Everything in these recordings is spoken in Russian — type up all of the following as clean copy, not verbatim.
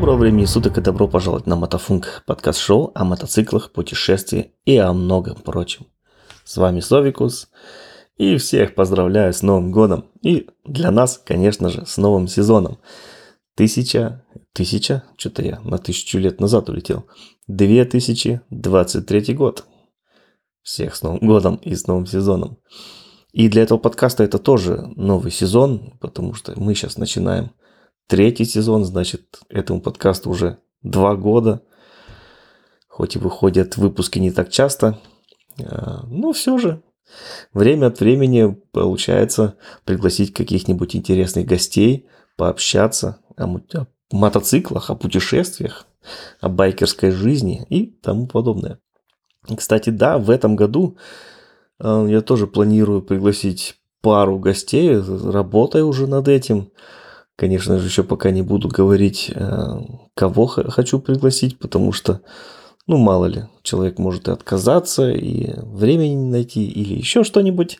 Доброго времени суток и добро пожаловать на Мотофунк, подкаст-шоу о мотоциклах, путешествиях и о многом прочем. С вами Совикус, и всех поздравляю с Новым годом. И для нас, конечно же, с новым сезоном. Что-то я на 1000 лет назад улетел. 2023 год. Всех с Новым годом и с новым сезоном. И для этого подкаста это тоже новый сезон, потому что мы сейчас начинаем 3-й сезон, значит, этому подкасту уже 2 года. Хоть и выходят выпуски не так часто, но все же время от времени получается пригласить каких-нибудь интересных гостей, пообщаться о мотоциклах, о путешествиях, о байкерской жизни и тому подобное. Кстати, да, в этом году я тоже планирую пригласить пару гостей, работаю уже над этим. Конечно же, еще пока не буду говорить, кого хочу пригласить, потому что, мало ли, человек может и отказаться, и времени не найти, или еще что-нибудь.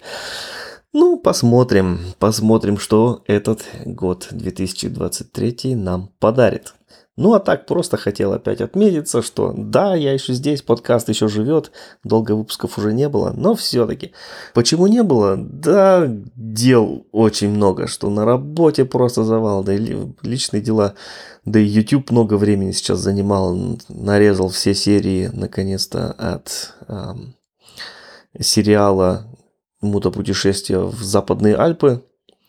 Посмотрим, что этот год 2023 нам подарит. А так просто хотел опять отметиться, что да, я еще здесь, подкаст еще живет, долго выпусков уже не было, но все-таки. Почему не было? Да, дел очень много, что на работе просто завал, да и личные дела, да и YouTube много времени сейчас занимал, нарезал все серии, наконец-то, от сериала «Мотопутешествия в Западные Альпы».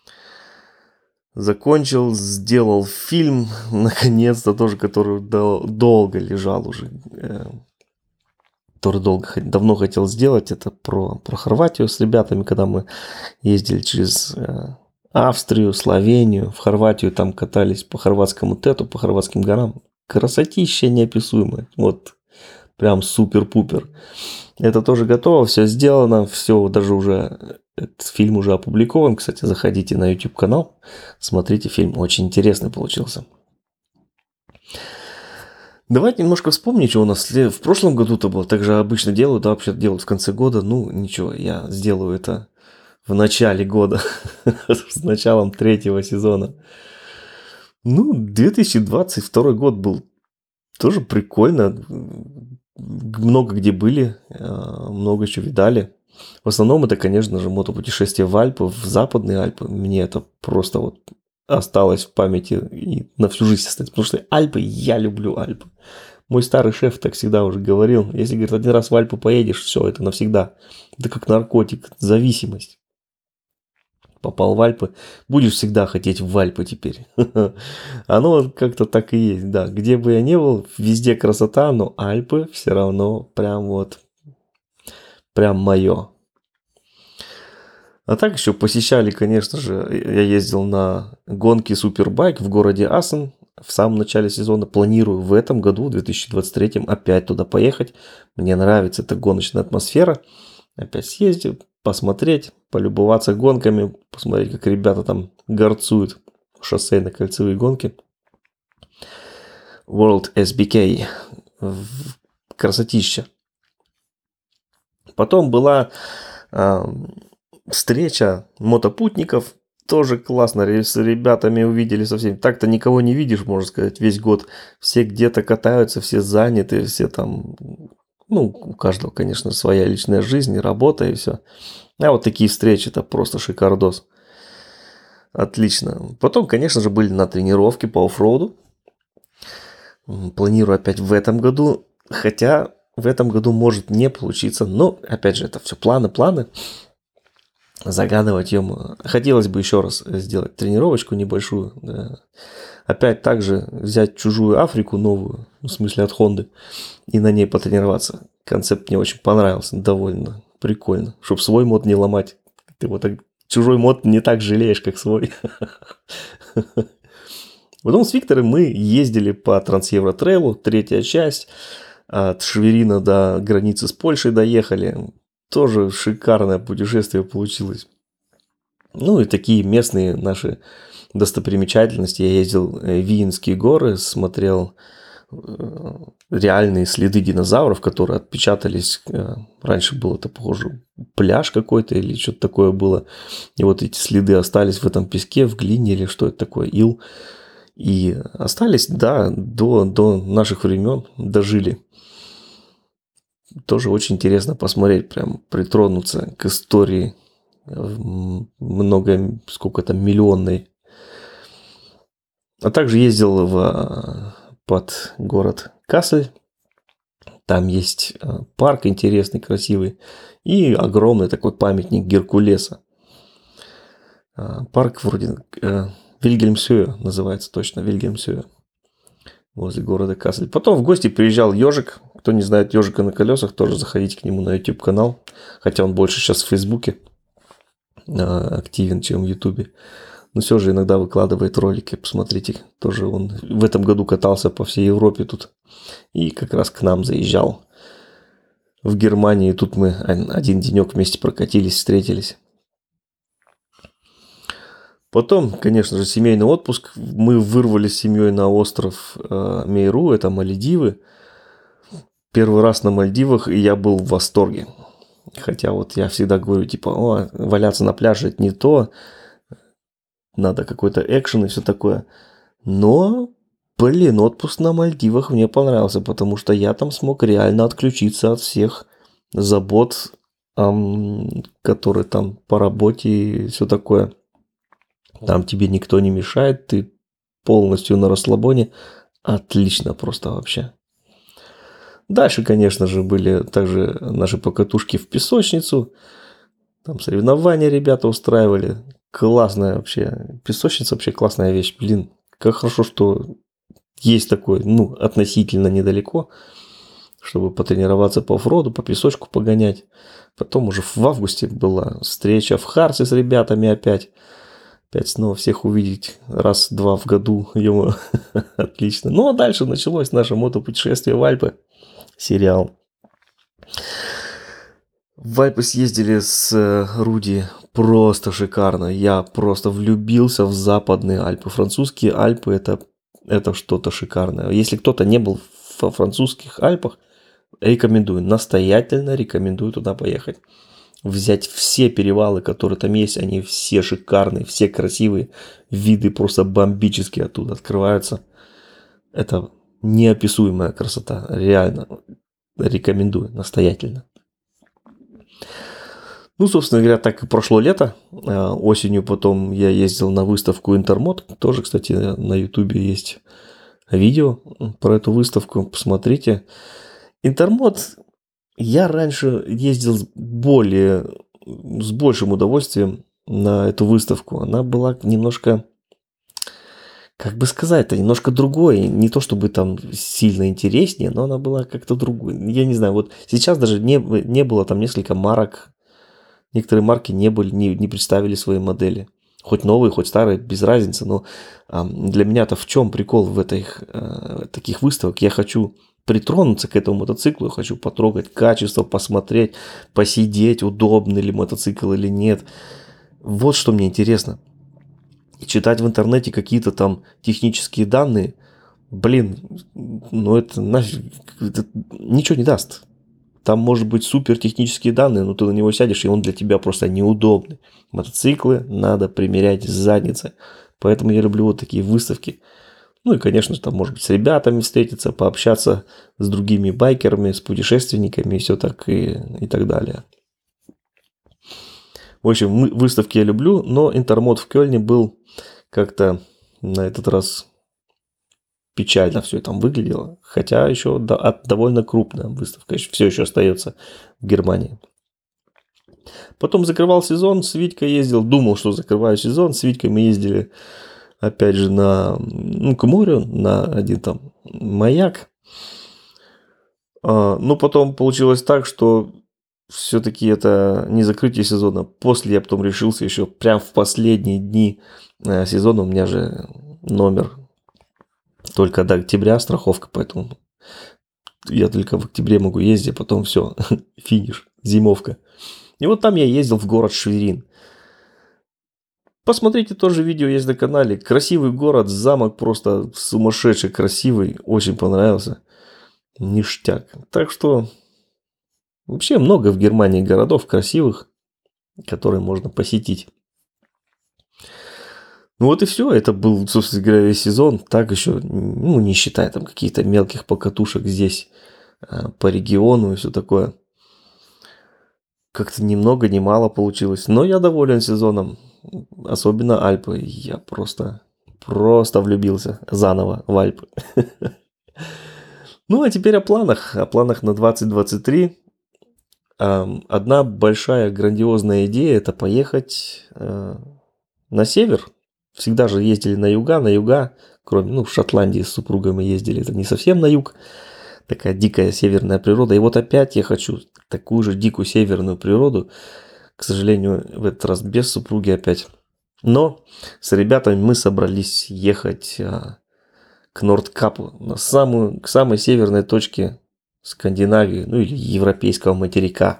Закончил, сделал фильм, наконец-то тоже, который долго лежал уже, который давно хотел сделать. Это про Хорватию с ребятами, когда мы ездили через Австрию, Словению, в Хорватию, там катались по хорватскому тету, по хорватским горам. Красотища неописуемая, вот прям супер-пупер. Это тоже готово, все сделано, все даже уже... Этот фильм уже опубликован. Кстати, заходите на YouTube-канал, смотрите фильм. Очень интересный получился. Давайте немножко вспомним, что у нас в прошлом году-то было. Так же обычно делаю, да, вообще делают в конце года. Ничего, я сделаю это в начале года, с началом 3-го сезона. 2022 год был тоже прикольно. Много где были, много еще видали. В основном это, конечно же, мотопутешествие в Альпы, в Западные Альпы. Мне это просто вот осталось в памяти и на всю жизнь остается. Потому что Альпы, я люблю Альпы. Мой старый шеф так всегда уже говорил. Если, говорит, один раз в Альпы поедешь, все, это навсегда. Это как наркотик, зависимость. Попал в Альпы, будешь всегда хотеть в Альпы теперь. Оно как-то так и есть, да. Где бы я ни был, везде красота, но Альпы все равно прям мое. А так еще посещали, конечно же, я ездил на гонки Супербайк в городе Асен в самом начале сезона. Планирую в этом году, в 2023, опять туда поехать. Мне нравится эта гоночная атмосфера. Опять съездить, посмотреть, полюбоваться гонками, посмотреть, как ребята там горцуют шоссейно-кольцевые гонки. World SBK. Красотища. Потом была встреча мотопутников. Тоже классно. С ребятами увидели совсем. Так-то никого не видишь, можно сказать, весь год. Все где-то катаются, все заняты, все там... у каждого, конечно, своя личная жизнь, работа и все. А вот такие встречи, это просто шикардос. Отлично. Потом, конечно же, были на тренировке по оффроуду. Планирую опять в этом году. Хотя в этом году может не получиться. Но, опять же, это все планы. Загадывать ему. Хотелось бы еще раз сделать тренировочку небольшую. Да. Опять также взять чужую Африку новую, в смысле от Хонды, и на ней потренироваться. Концепт мне очень понравился, довольно прикольно. Чтобы свой мод не ломать. Ты вот так чужой мод не так жалеешь, как свой. Потом с Виктором мы ездили по Трансевротрейлу, 3-я часть. От Шверина до границы с Польшей доехали. Тоже шикарное путешествие получилось. И такие местные наши достопримечательности. Я ездил в Виенские горы, смотрел реальные следы динозавров, которые отпечатались. Раньше было это похоже пляж какой-то или что-то такое было. И вот эти следы остались в этом песке, в глине или что это такое, ил. И остались, да, до наших времен дожили. Тоже очень интересно посмотреть, прям притронуться к истории много, сколько там, миллионной. А также ездил под город Кассель. Там есть парк интересный, красивый. И огромный такой памятник Геркулеса. Парк вроде Вильгельмсхöhe называется точно, Вильгельмсхöhe. Возле города Кассель. Потом в гости приезжал Ежик. Кто не знает Ежика на колесах, тоже заходите к нему на YouTube канал. Хотя он больше сейчас в Фейсбуке активен, чем в Ютубе. Но все же иногда выкладывает ролики. Посмотрите, тоже он в этом году катался по всей Европе тут. И как раз к нам заезжал в Германии. Тут мы один денек вместе прокатились, встретились. Потом, конечно же, семейный отпуск. Мы вырвались с семьей на остров Мейру, это Мальдивы. Первый раз на Мальдивах, и я был в восторге. Хотя вот я всегда говорю, типа, валяться на пляже – это не то. Надо какой-то экшен и все такое. Но, отпуск на Мальдивах мне понравился, потому что я там смог реально отключиться от всех забот, которые там по работе и все такое. Там тебе никто не мешает, ты полностью на расслабоне. Отлично просто вообще. Дальше, конечно же, были также наши покатушки в песочницу. Там соревнования ребята устраивали. Классная вообще. Песочница вообще классная вещь. Блин, как хорошо, что есть такое, относительно недалеко, чтобы потренироваться по оффроуду, по песочку погонять. Потом уже в августе была встреча в Харсе с ребятами опять. Опять снова всех увидеть раз-два в году. Ё-моё, отлично. Ну, а дальше началось наше мотопутешествие в Альпы. Сериал. В Альпы съездили с Руди просто шикарно. Я просто влюбился в западные Альпы. Французские Альпы это что-то шикарное. Если кто-то не был во французских Альпах, рекомендую, настоятельно рекомендую туда поехать. Взять все перевалы, которые там есть, они все шикарные, все красивые, виды просто бомбические оттуда открываются. Это неописуемая красота, реально рекомендую, настоятельно. Ну, собственно говоря, так и прошло лето. Осенью потом я ездил на выставку Интермод. Тоже, кстати, на Ютубе есть видео про эту выставку. Посмотрите. Интермод я раньше ездил с большим удовольствием на эту выставку. Она была немножко, как бы сказать-то, немножко другой. Не то чтобы там сильно интереснее, но она была как-то другой. Я не знаю, вот сейчас даже не было там несколько марок. Некоторые марки не представили свои модели. Хоть новые, хоть старые, без разницы. Но для меня-то в чем прикол в таких выставок? Я хочу притронуться к этому мотоциклу, я хочу потрогать качество, посмотреть, посидеть, удобный ли мотоцикл или нет. Вот что мне интересно. И читать в интернете какие-то там технические данные, это ничего не даст. Там может быть супер технические данные, но ты на него сядешь, и он для тебя просто неудобный. Мотоциклы надо примерять с задницы. Поэтому я люблю вот такие выставки. Ну и, конечно же, там, может быть, с ребятами встретиться, пообщаться с другими байкерами, с путешественниками и все так и так далее. В общем, выставки я люблю, но Интермод в Кёльне был как-то на этот раз печально все там выглядело. Хотя еще довольно крупная выставка все еще остается в Германии. Потом закрывал сезон, с Витькой ездил, думал, что закрываю сезон. С Витькой мы ездили опять же к морю, на один там маяк. Но потом получилось так, что все-таки это не закрытие сезона. После я потом решился еще прям в последние дни сезона. У меня же номер только до октября страховка, поэтому я только в октябре могу ездить, а потом все, финиш, зимовка. И вот там я ездил в город Шверин. Посмотрите, тоже видео есть на канале. Красивый город, замок просто сумасшедший, красивый, очень понравился. Ништяк. Так что вообще много в Германии городов красивых, которые можно посетить. Ну вот и все, это был, собственно говоря, весь сезон. Так еще, ну, не считая там каких-то мелких покатушек здесь по региону и все такое. Как-то ни много, ни мало получилось. Но я доволен сезоном. Особенно Альпы. Я просто влюбился заново в Альпы. Ну, а теперь о планах. О планах на 2023. Одна большая грандиозная идея – это поехать на север. Всегда же ездили на юга, кроме, ну, в Шотландии с супругой мы ездили, это не совсем на юг, такая дикая северная природа. И вот опять я хочу такую же дикую северную природу, к сожалению, в этот раз без супруги опять. Но с ребятами мы собрались ехать к Нордкапу, к самой северной точке Скандинавии, ну или европейского материка.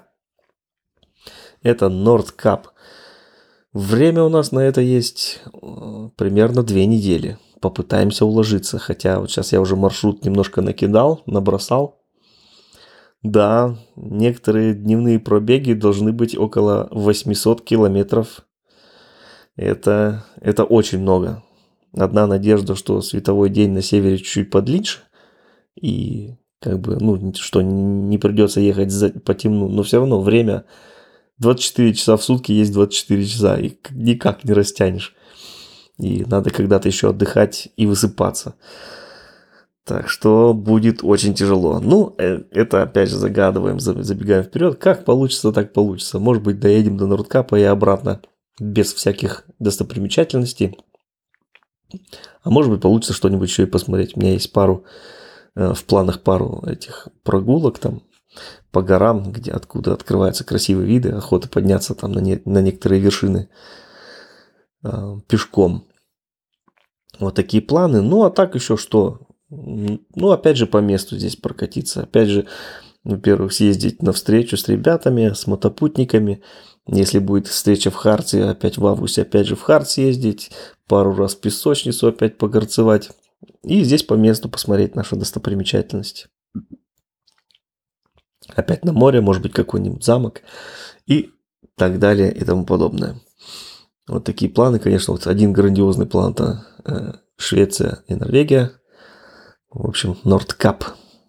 Это Нордкап. Время у нас на это есть примерно 2 недели. Попытаемся уложиться. Хотя вот сейчас я уже маршрут немножко набросал. Да, некоторые дневные пробеги должны быть около 800 километров. Это очень много. Одна надежда, что световой день на севере чуть-чуть подлиннее. И как бы, ну, что не придется ехать по темну. Но все равно время 24 часа в сутки есть 24 часа. И никак не растянешь. И надо когда-то еще отдыхать и высыпаться. Так что будет очень тяжело. Ну, это опять же загадываем, забегаем вперед. Как получится, так получится. Может быть, доедем до Нордкапа и обратно без всяких достопримечательностей. А может быть, получится что-нибудь еще и посмотреть. У меня есть в планах пару этих прогулок там по горам, откуда открываются красивые виды. Охота подняться там на некоторые вершины пешком. Вот такие планы. Ну, а так еще что? Ну, опять же, по месту здесь прокатиться. Опять же, во-первых, съездить на встречу с ребятами, с мотопутниками. Если будет встреча в Харце, опять в августе, опять же в Харц ездить. Пару раз в песочницу опять погорцевать. И здесь по месту посмотреть наши достопримечательности. Опять на море, может быть, какой-нибудь замок. И так далее и тому подобное. Вот такие планы, конечно, вот один грандиозный план – это Швеция и Норвегия. В общем, Нордкап.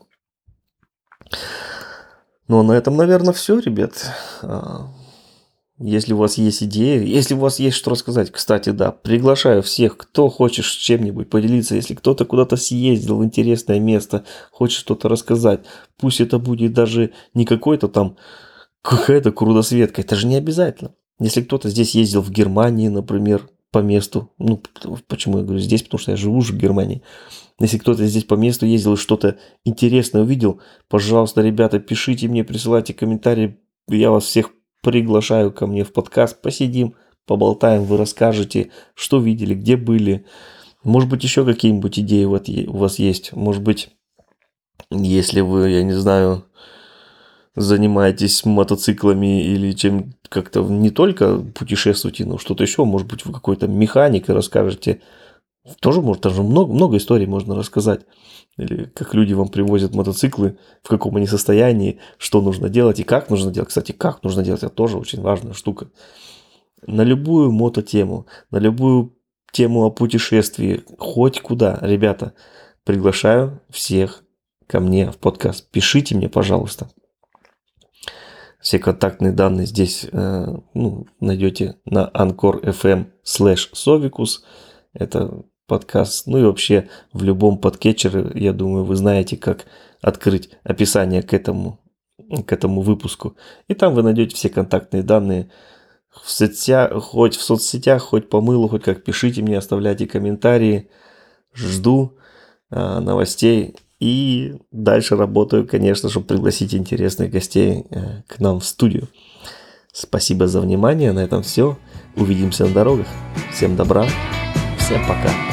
Ну, а на этом, наверное, все, ребят. Если у вас есть идеи, если у вас есть что рассказать, кстати, да, приглашаю всех, кто хочет с чем-нибудь поделиться, если кто-то куда-то съездил в интересное место, хочет что-то рассказать, пусть это будет даже не какой-то там какая-то кругосветка, это же не обязательно. Если кто-то здесь ездил в Германии, например, по месту, ну, почему я говорю здесь, потому что я живу уже в Германии. Если кто-то здесь по месту ездил и что-то интересное увидел, пожалуйста, ребята, пишите мне, присылайте комментарии, я вас всех приглашаю ко мне в подкаст, посидим, поболтаем, вы расскажете, что видели, где были. Может быть, еще какие-нибудь идеи у вас есть. Может быть, если вы, я не знаю, занимаетесь мотоциклами или чем как-то не только путешествуете, но что-то еще, может быть, вы какой-то механик и расскажете. Тоже может, даже много историй можно рассказать. Или как люди вам привозят мотоциклы, в каком они состоянии, что нужно делать и как нужно делать. Кстати, как нужно делать, это тоже очень важная штука. На любую мототему, на любую тему о путешествии, хоть куда, ребята, приглашаю всех ко мне в подкаст. Пишите мне, пожалуйста. Все контактные данные здесь найдете на anchor.fm/Sovicus. Это подкаст. Ну и вообще в любом подкетчере, я думаю, вы знаете, как открыть описание к этому выпуску. И там вы найдете все контактные данные в соцсетях, хоть по мылу, хоть как. Пишите мне, оставляйте комментарии. Жду новостей. И дальше работаю, конечно, чтобы пригласить интересных гостей к нам в студию. Спасибо за внимание. На этом все. Увидимся на дорогах. Всем добра. Всем пока.